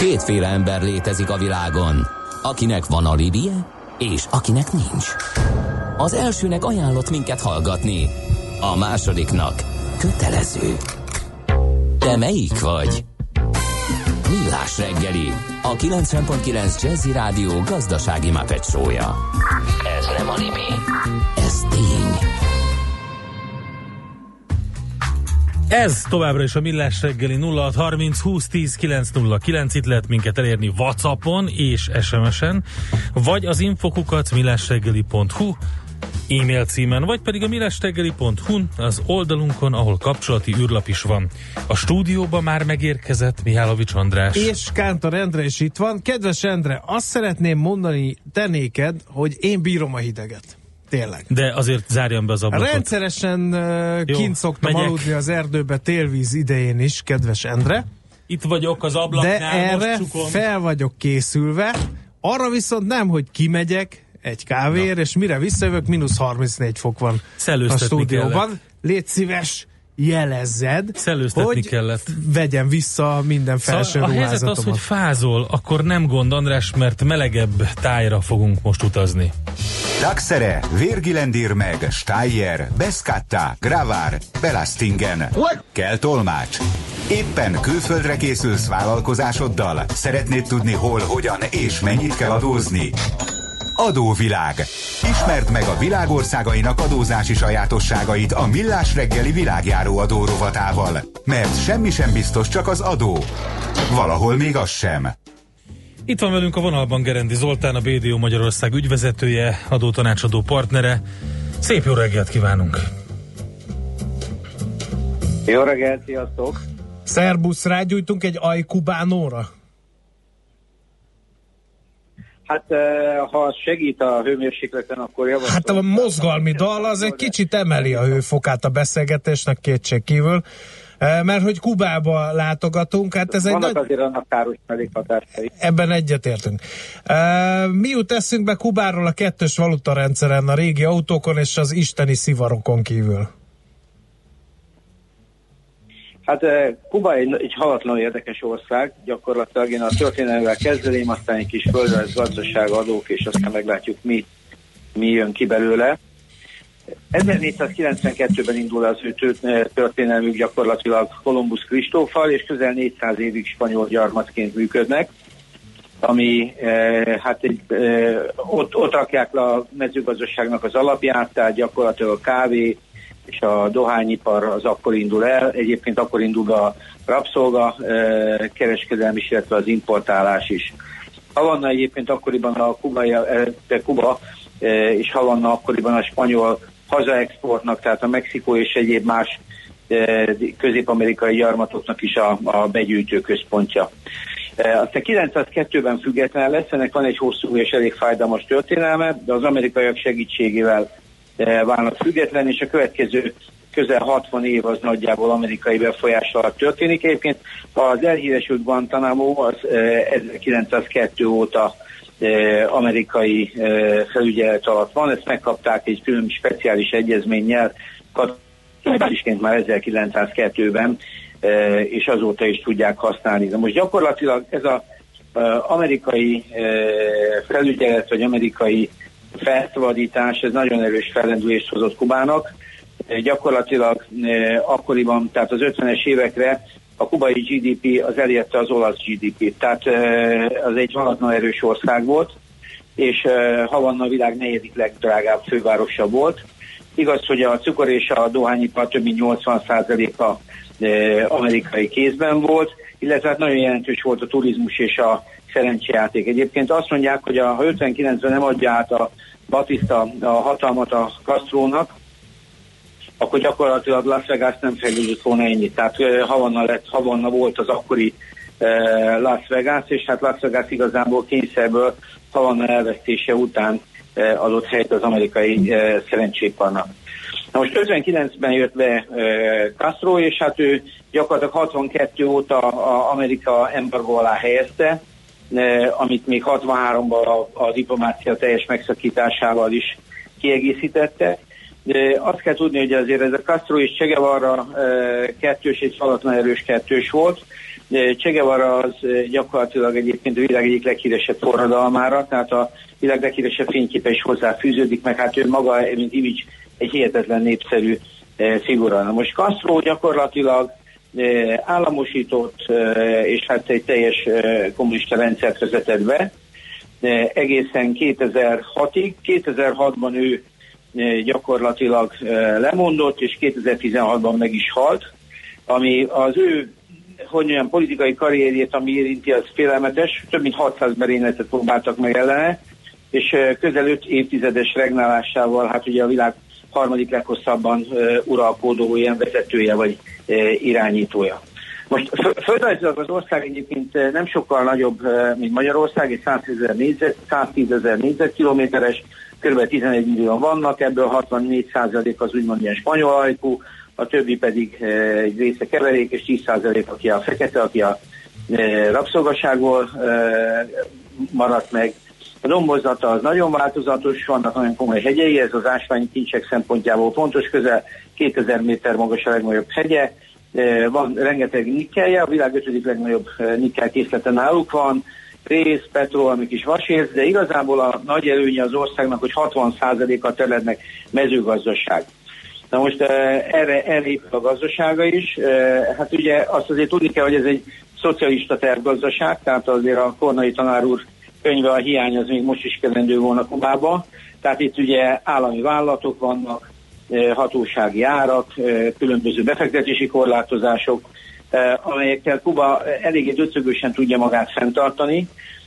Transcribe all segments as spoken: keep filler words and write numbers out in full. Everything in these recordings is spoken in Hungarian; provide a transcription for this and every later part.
Kétféle ember létezik a világon, akinek van alibije, és akinek nincs. Az elsőnek ajánlott minket hallgatni, a másodiknak kötelező. Te melyik vagy? Millás reggeli, a kilencven pont kilenc Jazzy Rádió gazdasági Muppet show-ja. Ez nem anime, ez tény. Ez továbbra is a Millás reggeli nulla hat harminc húsz tíz kilenc nulla kilenc. Itt lehet minket elérni WhatsAppon és es em es-en, vagy az infokukat millásreggeli pont hu e-mail címen, vagy pedig a millásreggeli pont hu az oldalunkon, ahol kapcsolati űrlap is van. A stúdióban már megérkezett Mihálovics András. És Kántor Endre is itt van. Kedves Endre, azt szeretném mondani te néked, hogy én bírom a hideget. Tényleg. De azért zárjam be az ablakot. Rendszeresen uh, kint szoktam megyek. aludni az erdőbe télvíz idején is, kedves Endre. Itt vagyok az ablaknál, de erre most csukom. fel vagyok készülve. Arra viszont nem, hogy kimegyek egy kávéért, és mire visszajövök, mínusz harmincnégy fok van a stúdióban. Kellett. Légy szíves, jelezzed, hogy kellett. vegyem vissza minden felső szóval ruházatomat. A helyzet az, hogy fázol, akkor nem gond, András, mert melegebb tájra fogunk most utazni. Daxere, Virgilendir meg, Steyer, Beskatta, Gravár, Belastingen. Kell tolmács. Éppen külföldre készülsz vállalkozásoddal? Szeretnéd tudni hol, hogyan és mennyit kell adózni? Adóvilág. Ismerd meg a világországainak adózási sajátosságait a Millás reggeli világjáró adó rovatával. Mert semmi sem biztos, csak az adó. Valahol még az sem. Itt van velünk a vonalban Gerendi Zoltán, a bé dé o Magyarország ügyvezetője, adótanácsadó partnere. Szép jó reggelt kívánunk! Jó reggelt, sziasztok! Szerbusz, rágyújtunk egy ajkubánóra? Hát, ha segít a hőmérsékleten, akkor javaslom. Hát a mozgalmi dal az egy kicsit emeli a hőfokát a beszélgetésnek kétségkívül, mert hogy Kubába látogatunk, hát ez vannak egy nagy... azért annak káros mellékhatásai. Ebben egyetértünk. Mi jut eszünkbe Kubáról a kettős valutarendszeren, a régi autókon és az isteni szivarokon kívül? Hát Kuba egy, egy halatlan érdekes ország, gyakorlatilag én a történelmével kezdeném, aztán egy kis földrajz, gazdaság, adók, és aztán meglátjuk, mi, mi jön ki belőle. ezernégyszázkilencvenkettőben indul az ő történelmük gyakorlatilag Kolumbusz Kristóffal, és közel négyszáz évig spanyol gyarmatként működnek, ami eh, hát egy, eh, ott, ott rakják le a mezőgazdaságnak az alapját, tehát gyakorlatilag a kávé és a dohányipar az akkor indul el. Egyébként akkor indul a rabszolga eh, kereskedelm is, illetve az importálás is. Havanna egyébként akkoriban a kubai, eh, Kuba eh, és Havanna akkoriban a spanyol hazaexportnak, tehát a Mexikó és egyéb más eh, közép-amerikai gyarmatoknak is a, a begyűjtő központja. Eh, aztán kilencszázkettőben független lesz, ennek van egy hosszú és elég fájdalmas történelme, de az amerikaiak segítségével eh, válnak független, és a következő közel hatvan év az nagyjából amerikai befolyás alatt történik. Egyébként az elhíresült Guantánamo az eh, ezerkilencszázkettő óta eh, amerikai eh, felügyelet alatt van, ezt megkapták egy külön speciális egyezménnyel, katonásként már ezerkilencszázkettőben, eh, és azóta is tudják használni. De most gyakorlatilag ez az eh, amerikai eh, felügyelet, vagy amerikai felszabadítás, ez nagyon erős fellendülést hozott Kubának. Gyakorlatilag eh, akkoriban, tehát az ötvenes évekre a kubai gé dé pé az elérte az olasz gé dé pét, tehát eh, az egy halatlan erős ország volt, és eh, Havanna a világ negyedik legdrágább fővárosa volt. Igaz, hogy a cukor és a dohányipar több mint nyolcvan százaléka eh, amerikai kézben volt, illetve hát nagyon jelentős volt a turizmus és a szerencsejáték. Egyébként azt mondják, hogy a, ha ötvenkilencben nem adja át a Batista a hatalmat a Castrónak, akkor gyakorlatilag Las Vegas nem fejlődött volna ennyit. Tehát Havanna lett, Havanna volt az akkori eh, Las Vegas, és hát Las Vegas igazából kényszerből Havanna elvesztése után eh, adott helyt az amerikai eh, szerencséparnak. Na most ötvenkilencben jött be eh, Castro, és hát ő gyakorlatilag hatvankettő óta a Amerika embargó alá helyezte, eh, amit még hatvanháromban a, a diplomácia teljes megszakításával is kiegészítette. De azt kell tudni, hogy azért ez a Castro és Che Guevara e, kettős, egy halatlan erős kettős volt. Che Guevara az gyakorlatilag egyébként a világ egyik leghíresebb forradalmára, tehát a világ leghíresebb fényképe is hozzáfűződik, meg hát ő maga, mint image, egy hihetetlen népszerű figura. Na most Castro gyakorlatilag államosított, és hát egy teljes kommunista rendszert vezetett be, egészen kétezer-hatig. kétezer-hatban ő gyakorlatilag lemondott, és kétezer-tizenhatban meg is halt, ami az ő, hogy olyan politikai karrierjét, ami érinti, az félelmetes, több mint hatszáz merényletet próbáltak meg ellene, és közel öt évtizedes regnálásával, hát ugye a világ harmadik leghosszabban uralkodó ilyen vezetője vagy irányítója. Most földrajzilag az ország egyébként nem sokkal nagyobb, mint Magyarország, egy száztízezer négyzetkilométeres, kb. tizenegy millió vannak, ebből hatvannégy százalék az úgymond ilyen spanyol ajkú, a többi pedig egy része keverék, és tíz százalék aki a fekete, aki a rabszolgaságból maradt meg. A dombozata az nagyon változatos, vannak nagyon komoly hegyei, ez az ásványi kincsek szempontjából fontos, közel kétezer méter magas a legnagyobb hegye, van rengeteg nikkelje, a világ ötödik legnagyobb nikkel készlete náluk van, rész, petrol, amik is vasérc, de igazából a nagy előnye az országnak, hogy hatvan százaléka a területnek mezőgazdaság. Na most erre, erre épül a gazdasága is, hát ugye azt azért tudni kell, hogy ez egy szocialista tervgazdaság, tehát azért a Kornai tanár úr könyve a hiány az még most is kellendő volna Kubába, tehát itt ugye állami vállalatok vannak, hatósági árak, különböző befektetési korlátozások, amelyekkel Kuba eléggé döcögősen tudja magát fenntartani,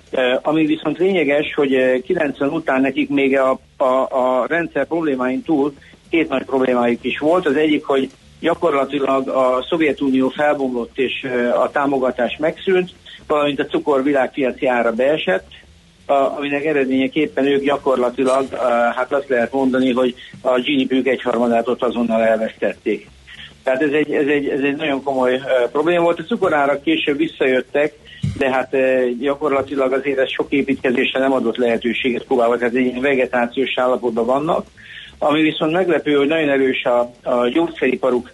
ami viszont lényeges, hogy kilencven után nekik még a, a, a rendszer problémáin túl két nagy problémájuk is volt. Az egyik, hogy gyakorlatilag a Szovjetunió felbomlott és a támogatás megszűnt, valamint a cukor világpiaci ára beesett, aminek eredményeképpen ők gyakorlatilag, hát azt lehet mondani, hogy a gé dé pé-ük egyharmadát ott azonnal elvesztették. Tehát ez egy, ez egy, ez egy nagyon komoly probléma volt. A cukorárak később visszajöttek, de hát gyakorlatilag azért ez sok építkezésre nem adott lehetőséget Kubába, tehát egy vegetációs állapotban vannak. Ami viszont meglepő, hogy nagyon erős a, a gyógyszeriparuk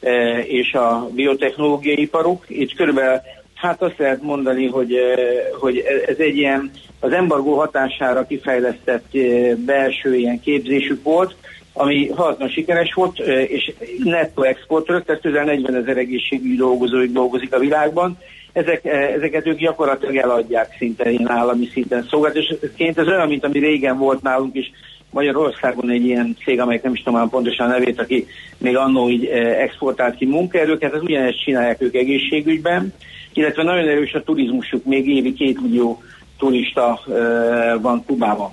és a biotechnológiai iparuk. Itt körülbelül hát azt lehet mondani, hogy, hogy ez egy ilyen az embargó hatására kifejlesztett belső ilyen képzésük volt, ami hatna sikeres volt, és nettó exportőrök, tehát közel negyvenezer egészségügyi dolgozóik dolgozik a világban. Ezek, ezeket ők gyakorlatilag eladják szinte ilyen állami szinten szolgáltatásként. Ez olyan, mint ami régen volt nálunk is Magyarországon egy ilyen cég, amelyek nem is tudom már pontosan a nevét, aki még annó így exportált ki munkaerőket, ez ugyanezt csinálják ők egészségügyben, illetve nagyon erős a turizmusuk, még évi két millió turista van Kubában.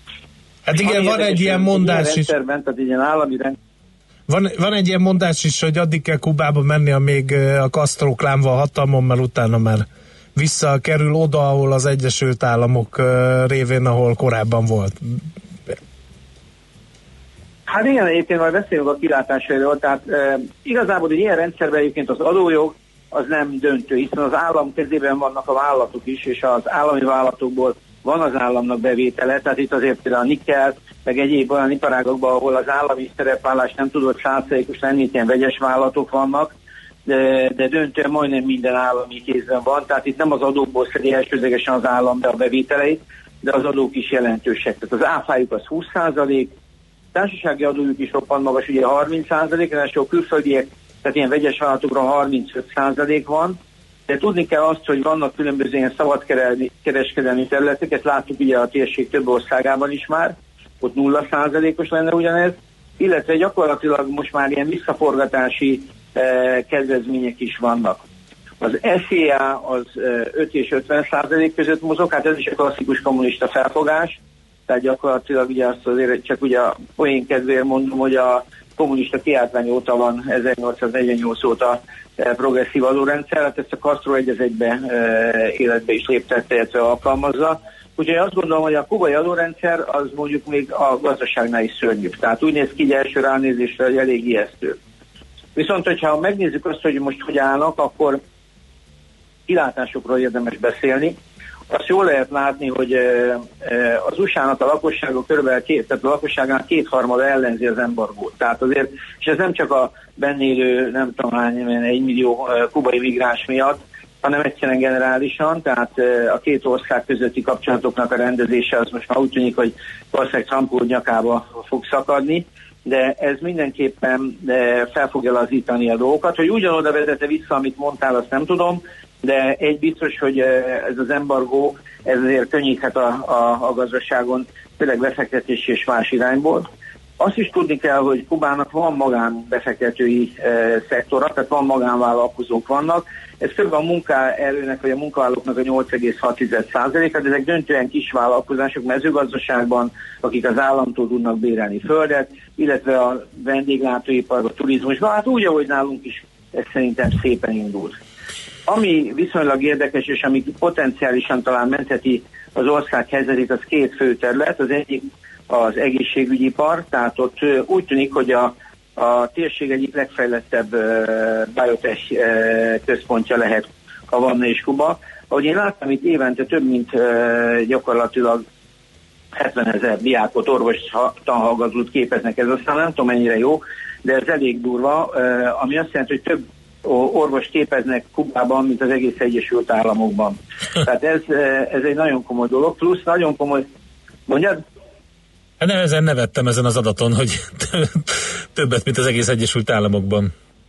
Hát igen, van egy ilyen mondás is. Tehát egy ilyen állami rend... Van, van egy ilyen mondás is, hogy addig kell Kubába menni, amíg a Castro klán van hatalmon, mert utána már visszakerül oda, ahol az Egyesült Államok révén, ahol korábban volt. Hát igen, egyébként majd beszélünk a kilátásairól, tehát e, igazából egy ilyen rendszerben egyébként az adójog az nem döntő, hiszen az állam kezében vannak a vállalatok is, és az állami vállalatokból van az államnak bevétele, tehát itt azért például a nikkel, meg egyéb olyan iparágokban, ahol az állami szerepvállás nem tudott százalékos lenni, ilyen vegyes vállalatok vannak, de, de döntően majdnem minden állami kézben van, tehát itt nem az adókból szedi elsődlegesen az állam be a bevételeit, de az adók is jelentősek. Tehát az áfájuk az húsz százalék, társasági adójuk is roppant magas, ugye harminc százalék, ráadásul külföldiek, tehát ilyen vegyes vállalatokra harmincöt százalék van, de tudni kell azt, hogy vannak különböző ilyen szabadkereskedelmi területek, ezt láttuk ugye a térség több országában is már, ott nulla százalékos lenne ugyanez, illetve gyakorlatilag most már ilyen visszaforgatási eh, kedvezmények is vannak. Az es zé á az eh, öt és ötven százalék között mozog, hát ez is a klasszikus kommunista felfogás, tehát gyakorlatilag ugye azt azért csak ugye a poén kedvéért mondom, hogy a kommunista kiáltvány óta van ezernyolcszáznegyvennyolc óta eh, progresszív adórendszer, hát ezt a Castro egy az egybe eh, életbe is léptette, illetve alkalmazza. Úgyhogy azt gondolom, hogy a kubai adórendszer az mondjuk még a gazdaságnál is szörnyűbb. Tehát úgy néz ki így első ránézésre, hogy elég ijesztő. Viszont, hogyha megnézzük azt, hogy most hogy állnak, akkor kilátásokról érdemes beszélni. Azt jól lehet látni, hogy az u es á-nak a lakossága körülbelül két, tehát a lakosságának kétharmada ellenzi az embargót. Tehát azért, és ez nem csak a benne élő, nem tudom hány, egy millió kubai migráns miatt, hanem egyszerűen generálisan, tehát a két ország közötti kapcsolatoknak a rendezése az most már úgy tűnik, hogy valószínűleg Trump úr nyakába fog szakadni, de ez mindenképpen fel fogja lazítani a dolgokat. Hogy ugyanoda vezete vissza, amit mondtál, azt nem tudom, de egy biztos, hogy ez az embargó, ez azért könnyíthet a, a, a gazdaságon, főleg befektetés és más irányból. Azt is tudni kell, hogy Kubának van magánbefektetői e, szektora, tehát van magánvállalkozók vannak. Ez kb. A munkaerőnek vagy a munkavállalóknak a nyolc egész hat százaléka, de ezek döntően kis vállalkozások mezőgazdaságban, akik az államtól tudnak bérelni földet, illetve a vendéglátóiparban, a turizmusban, hát úgy, ahogy nálunk is ez szerintem szépen indult. Ami viszonylag érdekes, és ami potenciálisan talán mentheti az ország helyzetét, az két fő terület. Az egyik az egészségügyipar, tehát ott úgy tűnik, hogy a, a térség egyik legfejlettebb uh, biotech uh, központja lehet Havanna és Kuba. Ahogy én láttam, itt évente több mint uh, gyakorlatilag hetvenezer diákot, orvos tanhallgatót képeznek, ez aztán nem tudom mennyire jó, de ez elég durva, uh, ami azt jelenti, hogy több orvos képeznek Kubában, mint az egész Egyesült Államokban. Tehát ez, ez egy nagyon komoly dolog, plusz nagyon komoly, mondjad? Hát ezen nevettem ezen az adaton, hogy többet, mint az egész Egyesült Államokban.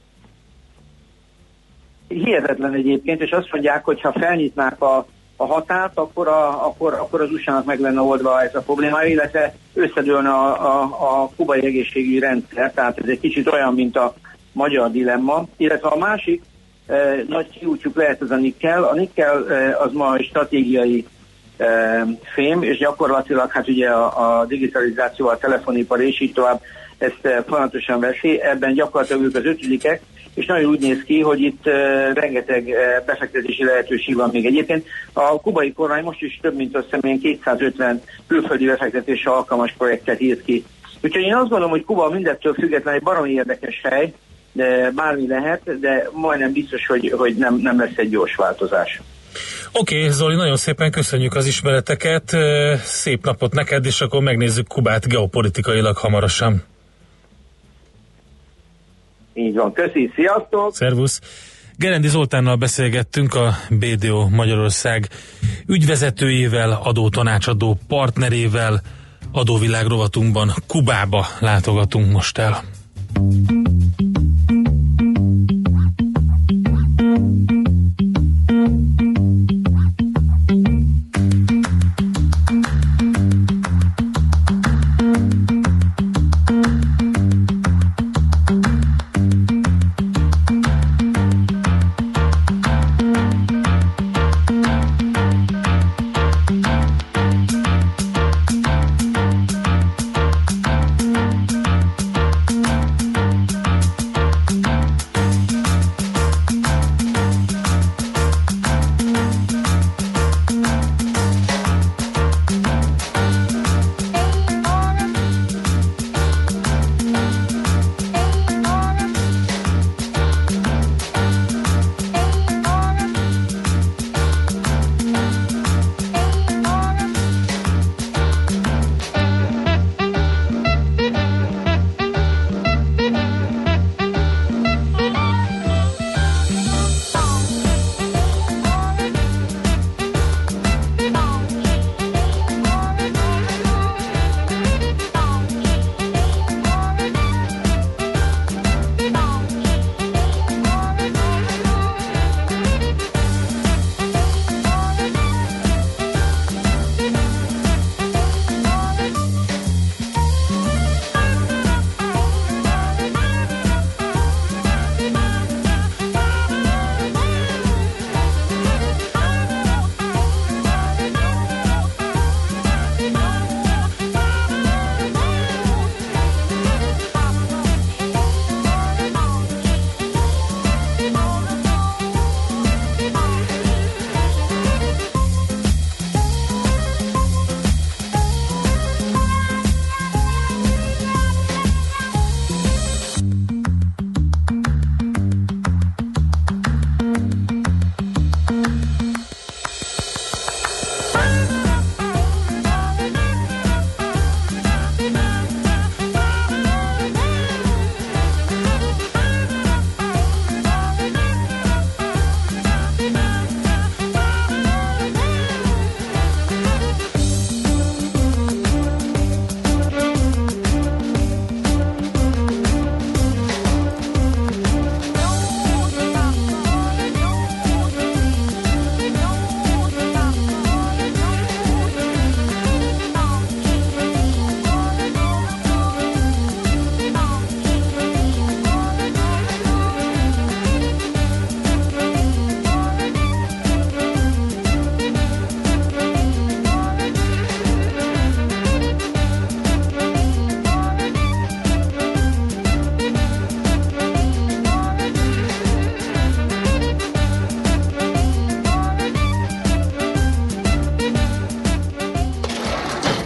Hihetetlen egyébként, és azt mondják, hogy ha felnyitnák a, a határt, akkor, a, akkor, akkor az u es á-nak meg lenne oldva ez a probléma, illetve összedőlne a, a, a kubai egészségügyi rendszer, tehát ez egy kicsit olyan, mint a magyar dilemma, illetve a másik eh, nagy kiútjuk lehet az a nikkel. A nikkel eh, az ma stratégiai eh, fém, és gyakorlatilag hát ugye a, a digitalizáció, a telefonipar és így tovább ezt eh, folyamatosan veszi, ebben gyakorlatilag ők az ötödikek, és nagyon úgy néz ki, hogy itt eh, rengeteg eh, befektetési lehetőség van még egyébként. A kubai kormány most is több mint összemén kétszázötven külföldi befektetésre alkalmas projektet írt ki. Úgyhogy én azt gondolom, hogy Kuba mindettől függetlenül egy baromi érdekes hely, de bármi lehet, de majdnem biztos, hogy, hogy nem, nem lesz egy gyors változás. Oké, okay, Zoli, nagyon szépen köszönjük az ismereteket, szép napot neked, és akkor megnézzük Kubát geopolitikailag hamarosan. Így van, köszi, sziasztok! Szervusz! Gerendi Zoltánnal beszélgettünk, a bé dé o Magyarország ügyvezetőjével, adótanácsadó partnerével, adóvilág rovatunkban Kubába látogatunk most el.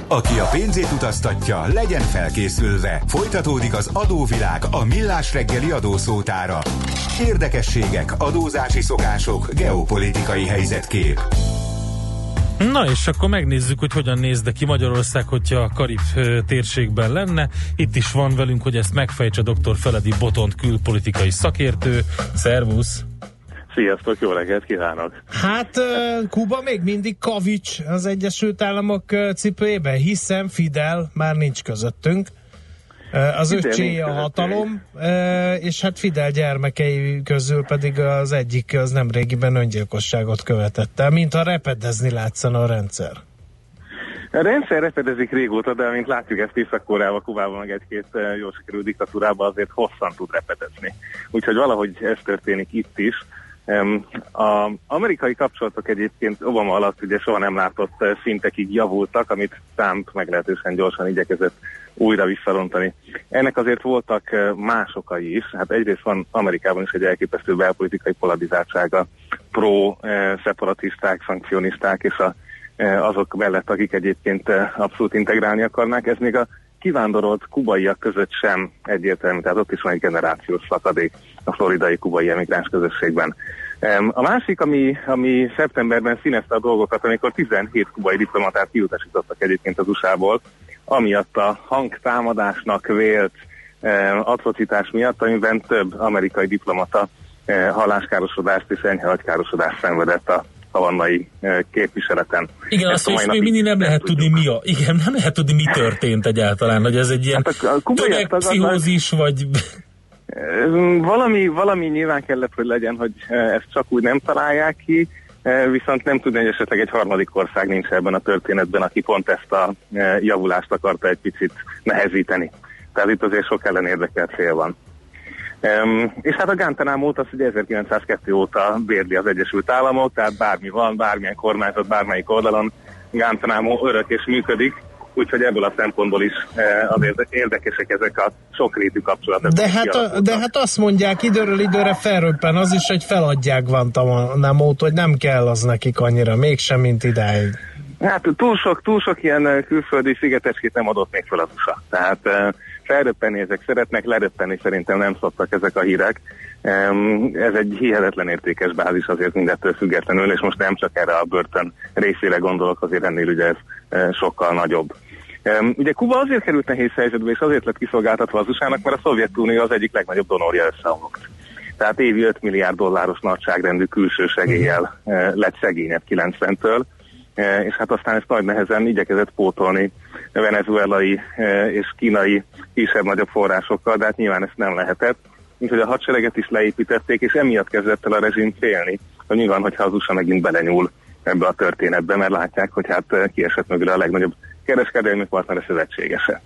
Aki a pénzét utaztatja, legyen felkészülve. Folytatódik az adóvilág a Millás reggeli adószótára. Érdekességek, adózási szokások, geopolitikai helyzetkép. Na és akkor megnézzük, hogy hogyan nézne ki Magyarország, hogyha a Karib térségben lenne. Itt is van velünk, hogy ezt megfejtse dr. Feledi Botont külpolitikai szakértő. Szervusz! Sziasztok, jó reggelt kívánok! Hát Kuba még mindig kavics az Egyesült Államok cipőjében, hiszen Fidel már nincs közöttünk. Az öccséje a hatalom, és hát Fidel gyermekei közül pedig az egyik az nemrégiben öngyilkosságot követett el, mintha repedezni látszana a rendszer. A rendszer repedezik régóta, de mint látjuk, ezt Észak-Koreában, Kubában, meg egy-két jól sikerült diktatúrában azért hosszan tud repedezni. Úgyhogy valahogy ez történik itt is. Az amerikai kapcsolatok egyébként Obama alatt ugye soha nem látott szintekig javultak, amit Trump meglehetősen gyorsan igyekezett újra visszarontani. Ennek azért voltak másokai is. Hát egyrészt van Amerikában is egy elképesztő belpolitikai polarizáltsága, pro-szeparatisták, szankcionisták és a, azok mellett, akik egyébként abszolút integrálni akarnák. Ez még a kivándorolt kubaiak között sem egyértelmű, tehát ott is van egy generációs szakadék a floridai kubai emigráns közösségben. A másik, ami, ami szeptemberben színezte a dolgokat, amikor tizenhét kubai diplomatát kiutasítottak egyébként az u es á-ból, amiatt a hangtámadásnak vélt eh, atrocitás miatt, amiben több amerikai diplomata eh, halláskárosodást és enyhe agykárosodást szenvedett a havannai eh, képviseleten. Igen, azt is még mindig nem lehet tudni, mi a, igen, nem lehet tudni, mi történt egyáltalán, hogy ez egy ilyen hát a, a tömegpszichózis, vagy... Valami, valami nyilván kellett, hogy legyen, hogy ezt csak úgy nem találják ki, viszont nem tudni, hogy esetleg egy harmadik ország nincs ebben a történetben, aki pont ezt a javulást akarta egy picit nehezíteni. Tehát itt azért sok ellen érdekelt fél van. Um, és hát a Guantanamo-t azt ugye ezerkilencszázkettő óta bérli az Egyesült Államok, tehát bármi van, bármilyen kormányzat, bármelyik oldalon Guantanamo örök és működik, úgyhogy ebből a szempontból is azért érdekesek ezek a sokrétű kapcsolatok. De hát, a, de hát azt mondják, időről időre felröppen az is, hogy feladják Guantanamo-t, hogy nem kell az nekik annyira, mégsem, mint idáig. Hát túl sok, túl sok ilyen külföldi szigetecskét nem adott még fel az u es á. Tehát felröppenni ezek szeretnek, leröppenni szerintem nem szoktak ezek a hírek. Ez egy hihetetlen értékes bázis azért mindettől függetlenül, és most nem csak erre a börtön részére gondolok, azért ennél ugye ez sokkal nagyobb. Ugye Kuba azért került nehéz helyzetbe, és azért lett kiszolgáltatva az u es á-nak, mert a Szovjetunió az egyik legnagyobb donorja összeomlott. Tehát évi öt milliárd dolláros nagyságrendű külső segéllyel lett szegényebb kilencventől, és hát aztán ezt nagy nehezen igyekezett pótolni venezuelai és kínai kisebb-nagyobb forrásokkal, de hát nyilván ezt nem lehetett, mint hogy a hadsereget is leépítették, és emiatt kezdett el a rezsim félni, hogy nyilván, hogyha az u es á megint belenyúl ebbe a történetbe, mert látják, hogy hát kiesett mögül a legnagyobb kereskedelmi partnere szövetségese.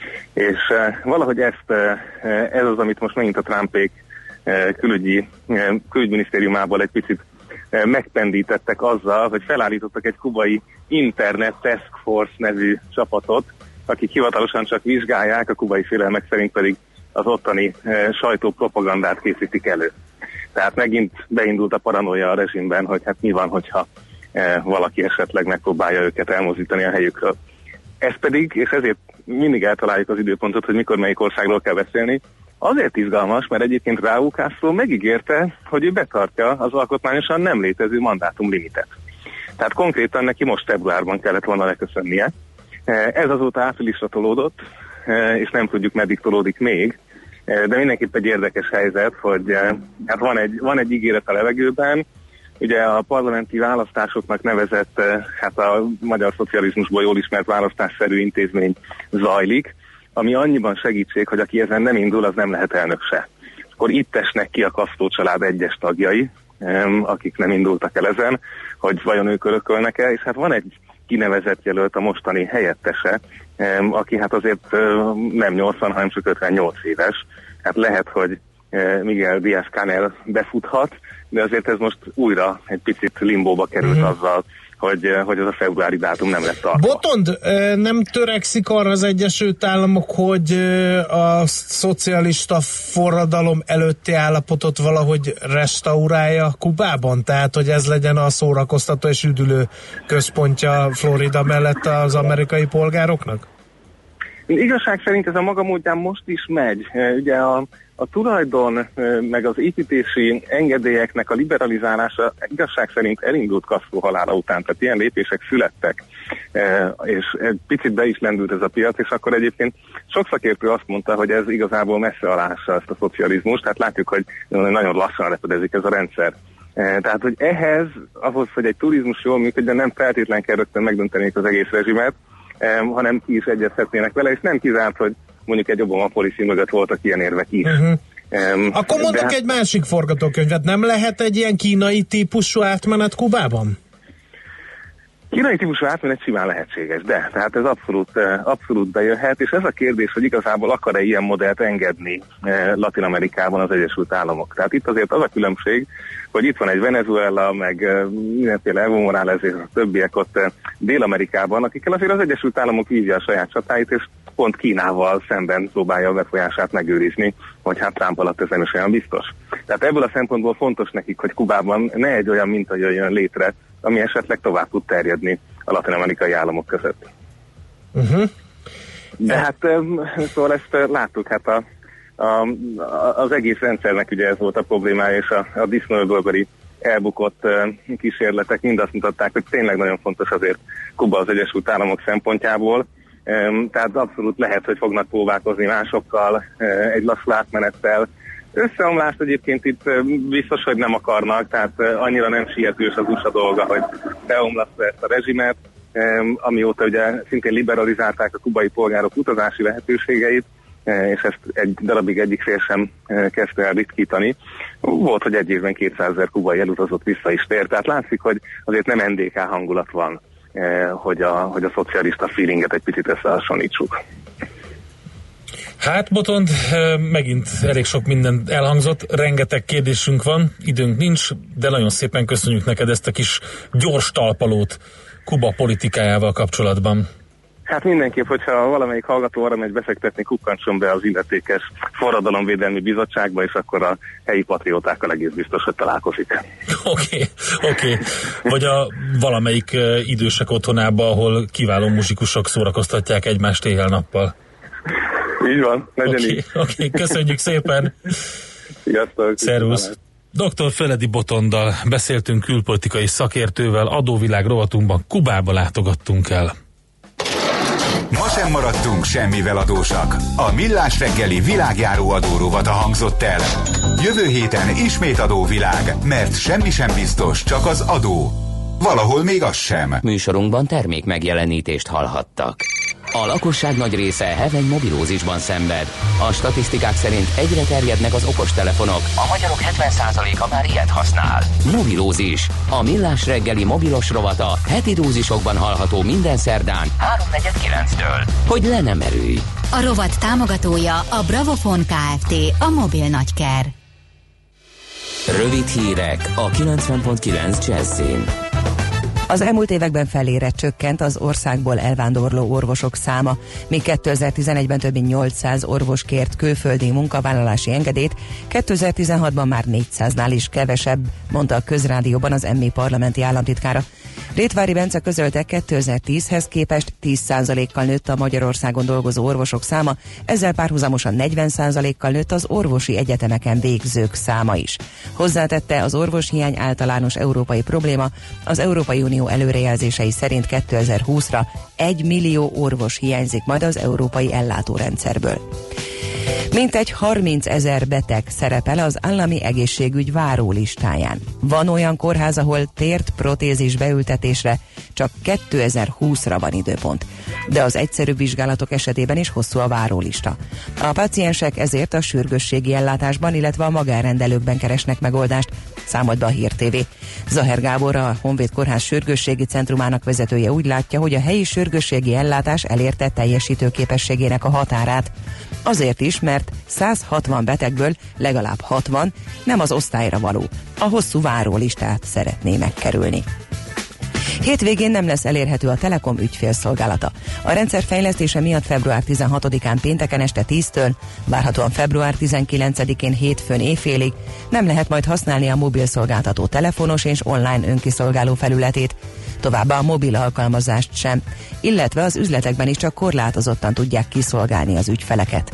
És valahogy ezt, ez az, amit most megint a Trumpék külügyi, külügyminisztériumából egy picit megpendítettek azzal, hogy felállítottak egy kubai Internet Task Force nevű csapatot, akik hivatalosan csak vizsgálják, a kubai félelmek szerint pedig az ottani sajtópropagandát készítik elő. Tehát megint beindult a paranoia a rezsimben, hogy hát mi van, hogyha valaki esetleg megpróbálja őket elmozdítani a helyükről. Ez pedig, és ezért mindig eltaláljuk az időpontot, hogy mikor melyik országról kell beszélni, azért izgalmas, mert egyébként Raúl Castro megígérte, hogy ő betartja az alkotmányosan nem létező mandátumlimitet. Tehát konkrétan neki most februárban kellett volna leköszönnie. Ez azóta áprilisra tolódott, és nem tudjuk, meddig tolódik még, de mindenképp egy érdekes helyzet, hogy hát van egy, van egy ígéret a levegőben. Ugye a parlamenti választásoknak nevezett, hát a magyar szocializmusból jól ismert választásszerű intézmény zajlik, ami annyiban segítség, hogy aki ezen nem indul, az nem lehet elnök se. Akkor itt esnek ki a Castro család egyes tagjai, akik nem indultak el ezen, hogy vajon ők örökölnek-e, és hát van egy kinevezett jelölt, a mostani helyettese, aki hát azért nem nyolcvan, hanem csak ötvennyolc éves. Hát lehet, hogy Miguel Díaz-Canel befuthat, de azért ez most újra egy picit limbóba került mm-hmm. azzal, hogy, hogy az a februári dátum nem lett tartva. Botond, nem törekszik arra az Egyesült Államok, hogy a szocialista forradalom előtti állapotot valahogy restaurálja Kubában? Tehát, hogy ez legyen a szórakoztató és üdülő központja Florida mellett az amerikai polgároknak? Igazság szerint ez a maga módján most is megy. Ugye a, a tulajdon meg az építési engedélyeknek a liberalizálása igazság szerint elindult Castro halála után, tehát ilyen lépések születtek, és egy picit be is lendült ez a piac, és akkor egyébként sok szakértő azt mondta, hogy ez igazából messze alássa ezt a szocializmust, tehát látjuk, hogy nagyon lassan repedezik ez a rendszer. Tehát, hogy ehhez, ahhoz, hogy egy turizmus jól működjön, nem feltétlen kell rögtön megdöntenék az egész rezsimet, hanem ki is egyezhetnének vele, és nem kizárt, hogy mondjuk egy Obama policy mögött voltak ilyen érvek is. Uh-huh. Um, Akkor mondok de... egy másik forgatókönyvet, nem lehet egy ilyen kínai típusú átmenet Kubában? Kínai típusú átmenet simán lehetséges, de tehát ez abszolút, abszolút bejöhet, és ez a kérdés, hogy igazából akar-e ilyen modellt engedni Latin Amerikában az Egyesült Államok. Tehát itt azért az a különbség, hogy itt van egy Venezuela, meg mindenféle Evo Morales és a többiek ott Dél-Amerikában, akikkel azért az Egyesült Államok vívja a saját csatáit, és pont Kínával szemben próbálja a befolyását megőrizni, hogy hát Trump alatt ez nem is olyan biztos. Tehát ebből a szempontból fontos nekik, hogy Kubában ne egy olyan minta jöjjön létre, ami esetleg tovább tud terjedni a latin-amerikai államok között. Uh-huh. De hát szóval ezt láttuk, hát a, a, az egész rendszernek ugye ez volt a problémája, és a, a disznóöbölbeli elbukott kísérletek mind azt mutatták, hogy tényleg nagyon fontos azért Kuba az Egyesült Államok szempontjából. Tehát abszolút lehet, hogy fognak próbálkozni másokkal, egy lassú átmenettel. Összeomlást egyébként itt biztos, hogy nem akarnak, tehát annyira nem sietős az u es á dolga, hogy beomlasztja ezt a rezsimet, amióta ugye szintén liberalizálták a kubai polgárok utazási lehetőségeit, és ezt egy darabig egyik fél sem kezdte el ritkítani. Volt, hogy egy évben kétszázezer kubai elutazott, vissza is tér, tehát látszik, hogy azért nem en dé ká hangulat van, hogy a, hogy a szocialista feelinget egy picit összehasonlítsuk. Hát, Botond, megint elég sok minden elhangzott, rengeteg kérdésünk van, időnk nincs, de nagyon szépen köszönjük neked ezt a kis gyors talpalót Kuba politikájával kapcsolatban. Hát mindenképp, hogyha valamelyik hallgató arra megy befektetni, kukkantson be az illetékes forradalomvédelmi bizottságba, és akkor a helyi patriótákkal egész biztos, hogy találkozik. Oké, okay, oké. Okay. Vagy a valamelyik uh, idősek otthonába, ahol kiváló muzsikusok szórakoztatják egymást éjjel-nappal. Így van, legyen okay, így. Oké, okay, köszönjük szépen. Sziasztok. Szervusz. doktor Feledi Botonddal beszéltünk, külpolitikai szakértővel, adóvilág rovatunkban Kubába látogattunk el. Ma sem maradtunk semmivel adósak. A Millás reggeli világjáró adórovata hangzott el. Jövő héten ismét adóvilág, mert semmi sem biztos, csak az adó. Valahol még az sem. Műsorunkban termék megjelenítést hallhattak. A lakosság nagy része heveny mobilózisban szenved. A statisztikák szerint egyre terjednek az okostelefonok. A magyarok hetven százaléka már ilyet használ. Mobilózis. A Millás reggeli mobilos rovata heti dózisokban hallható minden szerdán háromnegyed kilenctől. Hogy le nem erőj. A rovat támogatója a Bravofon Kft. A mobil nagyker. Rövid hírek a kilencven pont kilenc Jazzin. Az elmúlt években felére csökkent az országból elvándorló orvosok száma, míg kétezer-tizenegyben több mint nyolcszáz orvos kért külföldi munkavállalási engedélyt, kétezer-tizenhatban már négyszáznál is kevesebb, mondta a Közrádióban az em i parlamenti államtitkára. Rétvári Bence közölte, kétezer-tízhez képest tíz százalékkal nőtt a Magyarországon dolgozó orvosok száma, ezzel párhuzamosan negyven százalékkal nőtt az orvosi egyetemeken végzők száma is. Hozzátette, az orvoshiány általános európai probléma, az Európai Unió előrejelzései szerint kétezer-húszra egy millió orvos hiányzik majd az európai ellátórendszerből. Mintegy harmincezer beteg szerepel az állami egészségügy várólistáján. Van olyan kórház, ahol tért protézis beültetésre csak kétezer-húszra van időpont, de az egyszerűbb vizsgálatok esetében is hosszú a várólista. A páciensek ezért a sürgősségi ellátásban, illetve a magánrendelőkben keresnek megoldást, számolt be a Hír té vé. Zaher Gábor, a Honvéd Kórház sürgősségi centrumának vezetője úgy látja, hogy a helyi sürgősségi ellátás elérte teljesítőképességének a határát. Azért is, mert száz hatvan betegből legalább hatvan nem az osztályra való, a hosszú várólistát szeretné megkerülni. Hétvégén nem lesz elérhető a Telekom ügyfélszolgálata. A rendszer fejlesztése miatt február tizenhatodikán pénteken este tíztől, várhatóan február tizenkilencedikén hétfőn éjfélig nem lehet majd használni a mobil szolgáltató telefonos és online önkiszolgáló felületét, továbbá a mobil alkalmazást sem, illetve az üzletekben is csak korlátozottan tudják kiszolgálni az ügyfeleket.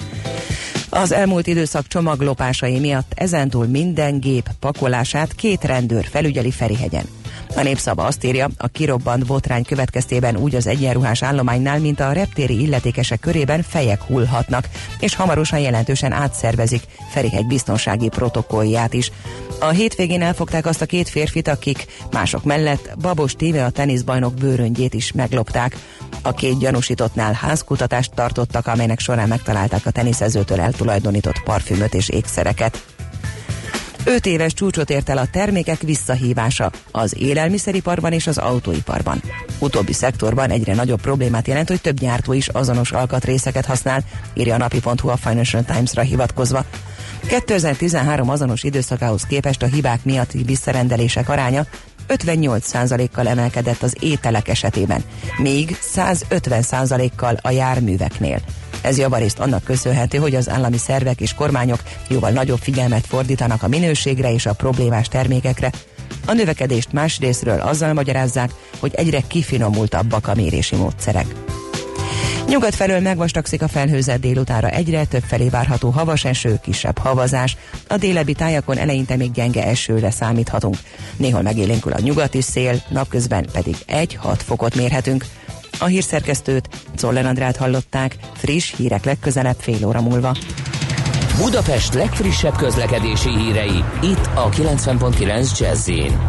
Az elmúlt időszak csomaglopásai miatt ezentúl minden gép pakolását két rendőr felügyeli Ferihegyen. A Népszava azt írja, a kirobbant botrány következtében úgy az egyenruhás állománynál, mint a reptéri illetékesek körében fejek hullhatnak, és hamarosan jelentősen átszervezik Ferihegy biztonsági protokollját is. A hétvégén elfogták azt a két férfit, akik mások mellett Babos Tíme, a teniszbajnok bőröngyét is meglopták. A két gyanúsítottnál házkutatást tartottak, amelynek során megtalálták a teniszezőtől eltulajdonított parfümöt és ékszereket. Öt éves csúcsot ért el a termékek visszahívása az élelmiszeriparban és az autóiparban. Utóbbi szektorban egyre nagyobb problémát jelent, hogy több gyártó is azonos alkatrészeket használ, írja a napi pont hu a Financial Times-ra hivatkozva. kétezer-tizenhárom azonos időszakához képest a hibák miatti visszarendelések aránya ötvennyolc százalékkal emelkedett az ételek esetében, míg százötven százalékkal a járműveknél. Ez javarészt annak köszönhető, hogy az állami szervek és kormányok jóval nagyobb figyelmet fordítanak a minőségre és a problémás termékekre. A növekedést másrészről azzal magyarázzák, hogy egyre kifinomultabbak a mérési módszerek. Nyugat felől megvastagszik a felhőzet, délutánra egyre több felé várható havas eső, kisebb havazás. A délebbi tájakon eleinte még gyenge esőre számíthatunk. Néhol megélénkül a nyugati szél, napközben pedig egy-hat fokot mérhetünk. A hírszerkesztőt, Czoller Andrát hallották, friss hírek legközelebb fél óra múlva. Budapest legfrissebb közlekedési hírei, itt a kilencven pont kilenc Jazz-in.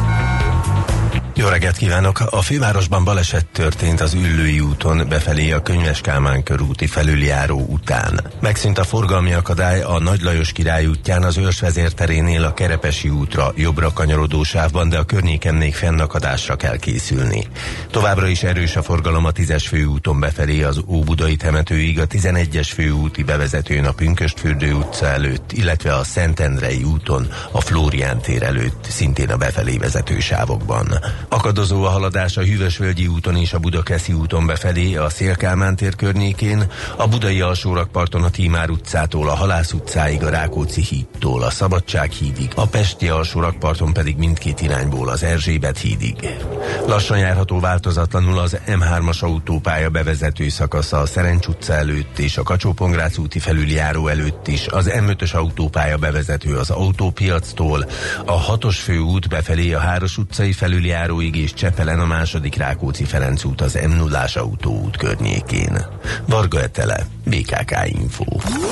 Jó reggelt kívánok! A fővárosban baleset történt az Üllői úton befelé a Könyves Kálmán körúti felüljáró után. Megszűnt a forgalmi akadály a Nagy Lajos Király útján az Őrs vezérterénél a Kerepesi útra jobbra kanyarodó sávban, de a környéken még fennakadásra kell készülni. Továbbra is erős a forgalom a tízes főúton befelé az Óbudai temetőig, a tizenegyes főúti bevezetőn a Pünkösdfürdő utca előtt, illetve a Szentendrei úton a Flórián tér előtt, szintén a befelé vezető sávokban. Akadozó a haladás a Hűvösvölgyi úton és a Budakeszi úton befelé, a Széll-Kálmán tér környékén, a Budai Alsórakparton a Tímár utcától a Halász utcáig, a Rákóczi hídtól a Szabadság hídig, a Pesti Alsórakparton pedig mindkét irányból az Erzsébet hídig. Lassan járható változatlanul az em hármas autópálya bevezető szakasza a Szerencs utca előtt és a Kacsó-Pongrác úti felüljáró előtt is, az em ötös autópálya bevezető az Autópiactól, a hatos főút befelé a Háros utcai felüljáró és Csepelen a második Rákóczi-Ferenc út az em nullás autóút környékén. Varga Etele, bé ká ká Info.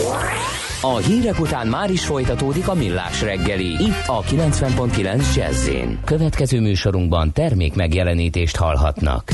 A hírek után már is folytatódik a Millás reggeli, itt a kilencven pont kilenc Jazz-én. Következő műsorunkban termék megjelenítést hallhatnak.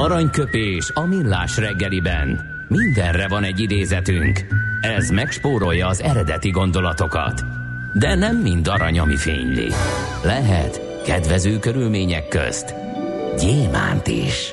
Aranyköpés a millás reggeliben. Mindenre van egy idézetünk. Ez megspórolja az eredeti gondolatokat. De nem mind arany, ami fényli. Lehet kedvező körülmények közt gyémánt is.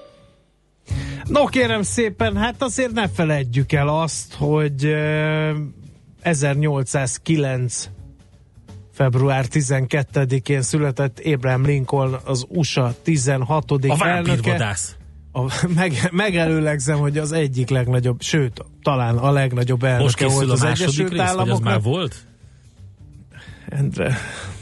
No kérem szépen, hát azért ne feledjük el azt, hogy uh, ezernyolcszázkilenc február tizenkettedikén született Abraham Lincoln, az u es á tizenhatodik a elnöke. vámpírvadász. A, meg, megelőlegzem, hogy az egyik legnagyobb, sőt, talán a legnagyobb elnöke volt az Egyesült rész, Államoknak. Most már volt? Endre,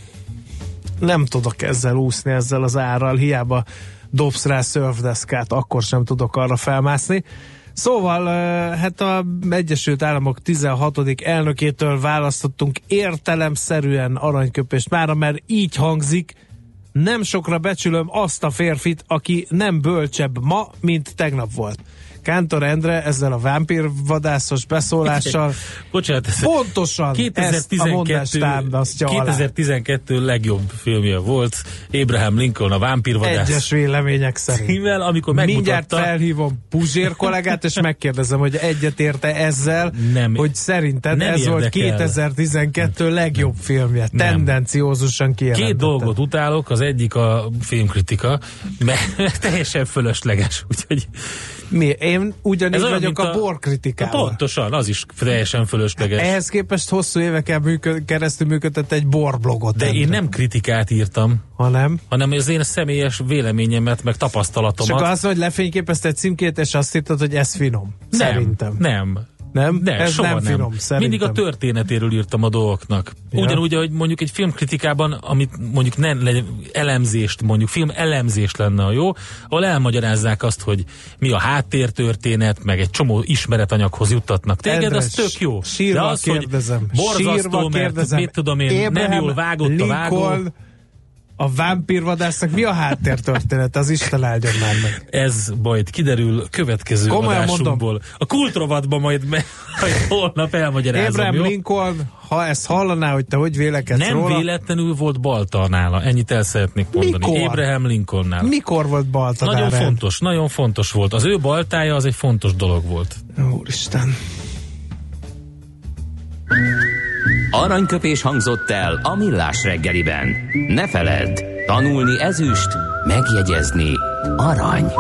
nem tudok ezzel úszni, ezzel az árral, hiába dobsz rá szörfdeszkát, akkor sem tudok arra felmászni. Szóval, hát az Egyesült Államok tizenhatodik elnökétől választottunk értelemszerűen aranyköpést mára, mert így hangzik: nem sokra becsülöm azt a férfit, aki nem bölcsebb ma, mint tegnap volt. Kántor Endre ezzel a vámpírvadászos beszólással Bocsánat, pontosan ezt a mondást támasztja alá. kétezer-tizenkettő legjobb filmje volt Abraham Lincoln, a vámpírvadász. Egyes vélemények szerint. Címmel, amikor megmutatta... Mindjárt felhívom Puzsér kollégát, és megkérdezem, hogy egyetérte ezzel, nem, hogy szerinted nem ez érdekel. volt kétezer-tizenkettő legjobb nem. filmje. Tendenciózusan kijelentette. Két dolgot utálok, az egyik a filmkritika, mert teljesen fölösleges, úgyhogy mi? Én ugyanígy vagyok a, a borkritikával. Pontosan, az is teljesen fölösleges. Ehhez képest hosszú éveken működ, keresztül működött egy borblogot. De én nem kritikát írtam, hanem, hanem az én személyes véleményemet, meg tapasztalatomat. Csak azt, hogy lefényképezte egy címkét, és azt hittad, hogy ez finom. Nem, szerintem. Nem. Nem? Nem, ez soha nem nem. finom, szerintem. Mindig a történetéről írtam a dolgoknak. Ja. Ugyanúgy, ahogy mondjuk egy filmkritikában, amit mondjuk nem legyen elemzést, mondjuk film elemzést lenne a jó, ahol elmagyarázzák azt, hogy mi a háttértörténet, meg egy csomó ismeretanyaghoz juttatnak téged, Endre, az tök jó. Sírva de az, kérdezem. hogy borzasztó, Sírva mert kérdezem. mit tudom én, Abraham nem jól vágott a vágó. A vámpírvadásznak mi a háttértörténet? Az Isten áldjon már meg. Ez majd kiderül következő Komolyan adásunkból. mondom. A kultrovatban majd, me- majd holnap elmagyarázom. Abraham jó? Lincoln, ha ezt hallaná, hogy te hogy vélekedsz Nem róla... véletlenül volt balta nála, ennyit el szeretnék mondani. Mikor? Abraham Lincolnnál. Mikor volt balta? Nagyon nála? fontos, nagyon fontos volt. Az ő baltája az egy fontos dolog volt. Úristen. Aranyköpés hangzott el a millás reggeliben. Ne feledd, tanulni ezüst, megjegyezni arany.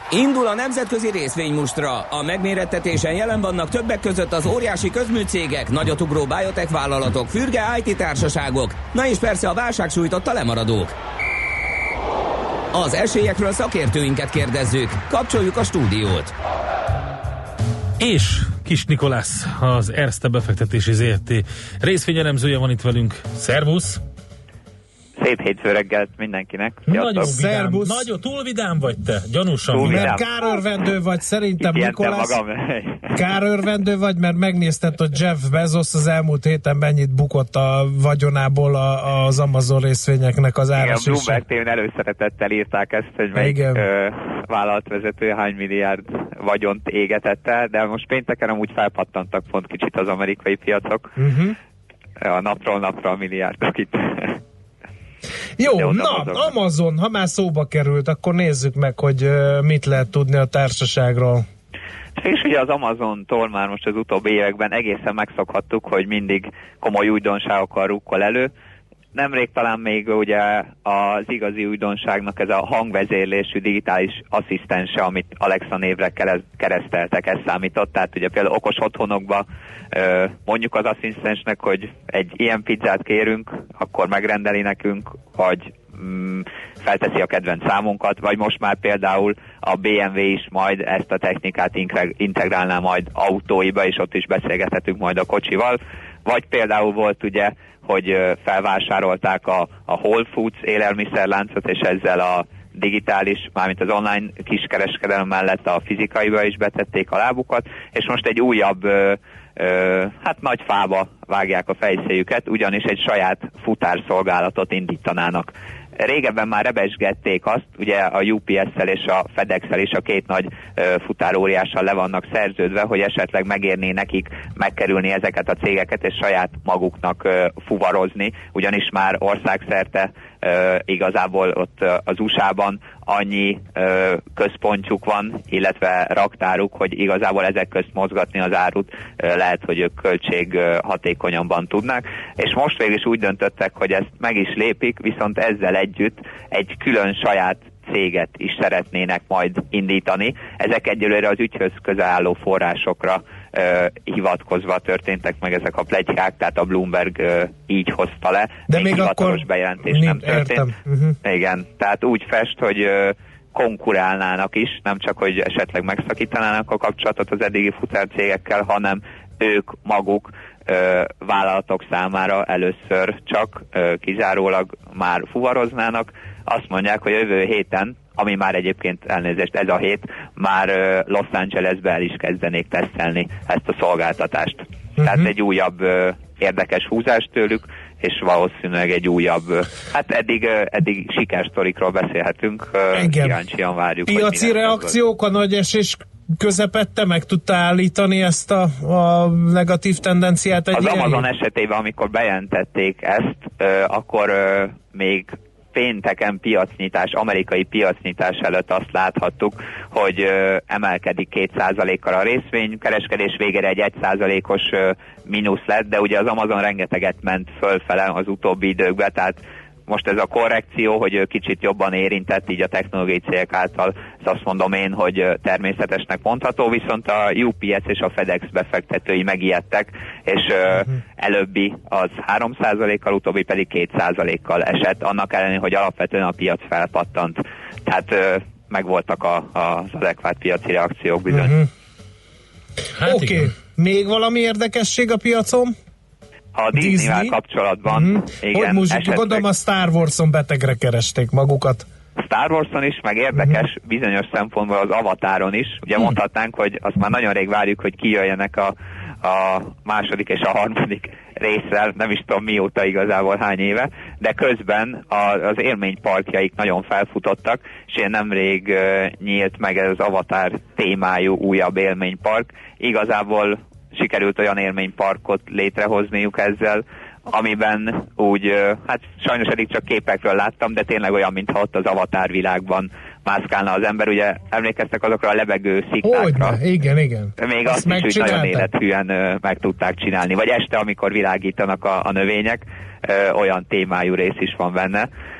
Indul a nemzetközi részvénymustra. A megmérettetésen jelen vannak többek között az óriási közműcégek, nagyotugró biotech vállalatok, fürge i té társaságok, na és persze a válság sújtotta lemaradók. Az esélyekről szakértőinket kérdezzük. Kapcsoljuk a stúdiót. És Kis Nikolász, az Erste befektetési zé er té részvényelemzője van itt velünk. Szervusz! Szép hétfő reggelt mindenkinek. Nagyon vidám, nagyon túl vidám vagy te, gyanúsan. Túl vidám. Mert kárörvendő vagy, szerintem Nikolász. Kárörvendő vagy, mert megnézted, hogy Jeff Bezos az elmúlt héten mennyit bukott a vagyonából a, az Amazon részvényeknek az árasése. Igen, a Bloomberg tévén előszeretettel írták ezt, hogy melyik vállalatvezető hány milliárd vagyont égetett el, de most pénteken amúgy felpattantak pont kicsit az amerikai piacok. Uh-huh. A napról napra a milliárdok itt. Jó, na, Amazon. Amazon, ha már szóba került, akkor nézzük meg, hogy uh, mit lehet tudni a társaságról. És ugye az Amazontól már most az utóbbi években egészen megszokhattuk, hogy mindig komoly újdonságokkal rukkol elő. Nemrég talán még ugye az igazi újdonságnak ez a hangvezérlésű digitális asszisztense, amit Alexa névre kereszteltek, ez számított. Tehát ugye például okos otthonokba mondjuk az asszisztensnek, hogy egy ilyen pizzát kérünk, akkor megrendeli nekünk, vagy mm, felteszi a kedvenc számunkat, vagy most már például a bé em vé is majd ezt a technikát integrálná majd autóiba, és ott is beszélgethetünk majd a kocsival. Vagy például volt ugye, hogy felvásárolták a, a Whole Foods élelmiszerláncot, és ezzel a digitális, mármint az online kiskereskedelem mellett a fizikaiba is betették a lábukat, és most egy újabb, ö, ö, hát nagy fába vágják a fejszéjüket, ugyanis egy saját futárszolgálatot indítanának. Régebben már rebesgették azt, ugye a u pé es-szel és a FedEx-szel is a két nagy uh, futáróriással le vannak szerződve, hogy esetleg megérné nekik megkerülni ezeket a cégeket és saját maguknak uh, fuvarozni, ugyanis már országszerte uh, igazából ott uh, az u es á-ban annyi uh, központjuk van, illetve raktáruk, hogy igazából ezek közt mozgatni az árut uh, lehet, hogy ők költség uh, hatékonyabban tudnak, és most végül is úgy döntöttek, hogy ezt meg is lépik, viszont ezzel együtt egy külön saját céget is szeretnének majd indítani. Ezek egyelőre az ügyhöz közel álló forrásokra uh, hivatkozva történtek meg ezek a pletykák, tehát a Bloomberg uh, így hozta le. De még, még hivatalos akkor bejelentés nem történt. Uh-huh. Igen, tehát úgy fest, hogy uh, konkurálnának is, nem csak, hogy esetleg megszakítanának a kapcsolatot az eddigi futárcégekkel, hanem ők maguk ö, vállalatok számára először csak ö, kizárólag már fuvaroznának. Azt mondják, hogy jövő héten, ami már egyébként elnézést, ez a hét, már ö, Los Angelesbe el is kezdenék tesztelni ezt a szolgáltatást. Uh-huh. Tehát egy újabb ö, érdekes húzás tőlük, és valószínűleg egy újabb, hát eddig, eddig sikersztorikról beszélhetünk, kíváncsian várjuk. Piaci reakciók a nagy esés közepette meg tudta állítani ezt a, a negatív tendenciát? Egy az ilyen? Amazon esetében, amikor bejelentették ezt, akkor még pénteken piacnyitás, amerikai piacnyitás előtt azt láthattuk, hogy ö, emelkedik két százalékkal a részvény, kereskedés végére egy egy százalékos ö, mínusz lett, de ugye az Amazon rengeteget ment fölfele az utóbbi időkben, tehát most ez a korrekció, hogy kicsit jobban érintett így a technológiai cégek által, ezt azt mondom én, hogy természetesnek mondható, viszont a u pé es és a FedEx befektetői megijedtek, és uh-huh. előbbi az három százalékkal, utóbbi pedig két százalékkal esett, annak ellenére, hogy alapvetően a piac felpattant. Tehát megvoltak a, a, az adekvát piaci reakciók bizony. Uh-huh. Hát oké, okay. Még valami érdekesség a piacon? A Disney-vel Disney? kapcsolatban, mm-hmm. igen. Hogy most esetleg... gondolom a Star Wars-on betegre keresték magukat. Star Wars-on is, meg érdekes mm-hmm. bizonyos szempontból az Avatáron is. Ugye mm. mondhatnánk, hogy azt már nagyon rég várjuk, hogy kijöjjenek a, a második és a harmadik részre, nem is tudom mióta igazából hány éve, de közben a, az élményparkjaik nagyon felfutottak, és én nemrég uh, nyílt meg ez az Avatar témájú újabb élménypark. Igazából sikerült olyan élményparkot létrehozniuk ezzel, amiben úgy, hát sajnos eddig csak képekről láttam, de tényleg olyan, mintha ott az Avatar világban mászkálna az ember. Ugye emlékeztek azokra a lebegő sziklákra? Hogyne, igen, igen. Még azt, azt is úgy nagyon élethűen meg tudták csinálni. Vagy este, amikor világítanak a, a növények, olyan témájú rész is van benne.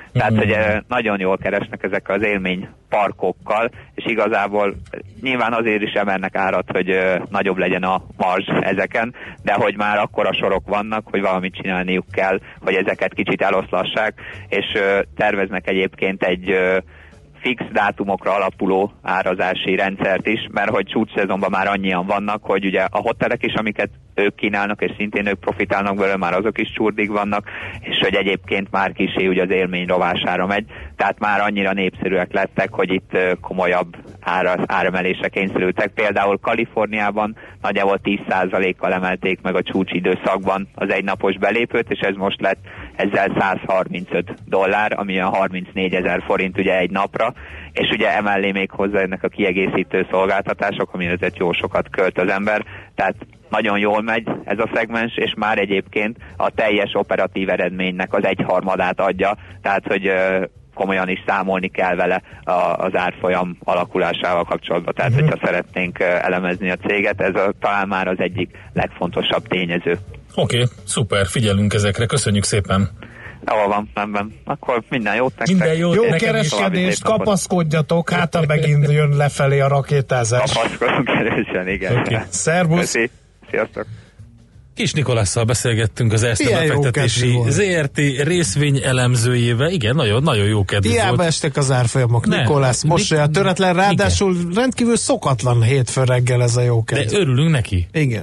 Tehát, hogy nagyon jól keresnek ezek az élményparkokkal, és igazából nyilván azért is emelnek árat, hogy nagyobb legyen a marzs ezeken, de hogy már akkora sorok vannak, hogy valamit csinálniuk kell, hogy ezeket kicsit eloszlassák, és terveznek egyébként egy fix dátumokra alapuló árazási rendszert is, mert hogy csúcsszezonban már annyian vannak, hogy ugye a hotelek is, amiket ők kínálnak, és szintén ők profitálnak belőle, már azok is csúrdig vannak, és hogy egyébként már kissé ugye az élmény rovására megy, tehát már annyira népszerűek lettek, hogy itt komolyabb ára, áremelésre kényszerültek. Például Kaliforniában nagyjából tíz százalékkal emelték meg a csúcsidőszakban az egynapos belépőt, és ez most lett ezzel száz harmincöt dollár, ami a harmincnégyezer forint ugye egy napra, és ugye emellé még hozzá ennek a kiegészítő szolgáltatások, ami azért jó sokat költ az ember, tehát nagyon jól megy ez a szegmens, és már egyébként a teljes operatív eredménynek az egyharmadát adja, tehát hogy komolyan is számolni kell vele az árfolyam alakulásával kapcsolatban. Tehát, uh-huh. hogyha szeretnénk elemezni a céget, ez a, talán már az egyik legfontosabb tényező. Oké, okay, szuper, figyelünk ezekre, köszönjük szépen. Jól van, nem, nem. Akkor minden jót nektek. Minden jót, jó kereskedést, kapaszkodjatok, hát ha megint jön lefelé a rakétázás. Kapaszkodunk erősen, igen. Okay. Szervusz. Köszi. Sziasztok. Kis Nikolásszal beszélgettünk az Erste befektetési zé er té részvény elemzőjével. Igen, nagyon, nagyon jó kedvű volt. Hiába estek az árfolyamok. Nikolász mosolya töretlen, ráadásul igen. rendkívül szokatlan hétfő reggel ez a jó kedv. De örülünk neki. Igen.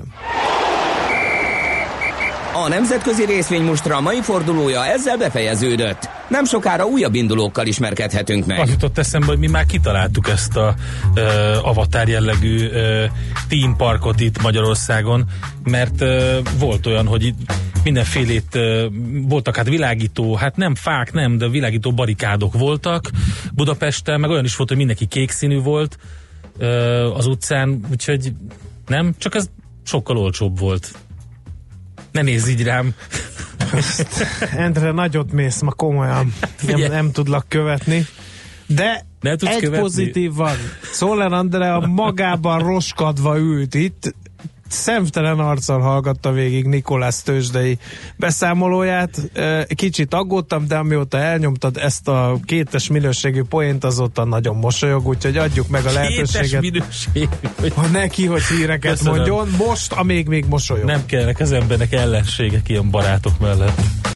A nemzetközi részvénymustra mai fordulója ezzel befejeződött. Nem sokára újabb indulókkal ismerkedhetünk meg. Az jutott eszembe, hogy mi már kitaláltuk ezt a uh, avatar jellegű uh, theme parkot itt Magyarországon, mert uh, volt olyan, hogy mindenfélét uh, voltak hát világító, hát nem fák, nem, de világító barikádok voltak Budapesten, meg olyan is volt, hogy mindenki kék színű volt uh, az utcán, úgyhogy nem, csak ez sokkal olcsóbb volt. Ne nézz így rám. Endre, nagyot mész ma komolyan. Nem, nem tudlak követni. De egy követni? Pozitív van. Szoller Andrea magában roskadva ült itt, szemtelen arccal hallgatta végig Nikolász tőzsdei beszámolóját. Kicsit aggódtam, de amióta elnyomtad ezt a kétes minőségű poént, azóta nagyon mosolyog, úgyhogy adjuk meg a lehetőséget. Kétes minőségű. Ha neki, hogy híreket Köszönöm. mondjon, most, amíg még mosolyog. Nem kellnek az embernek ellenségek ilyen barátok mellett.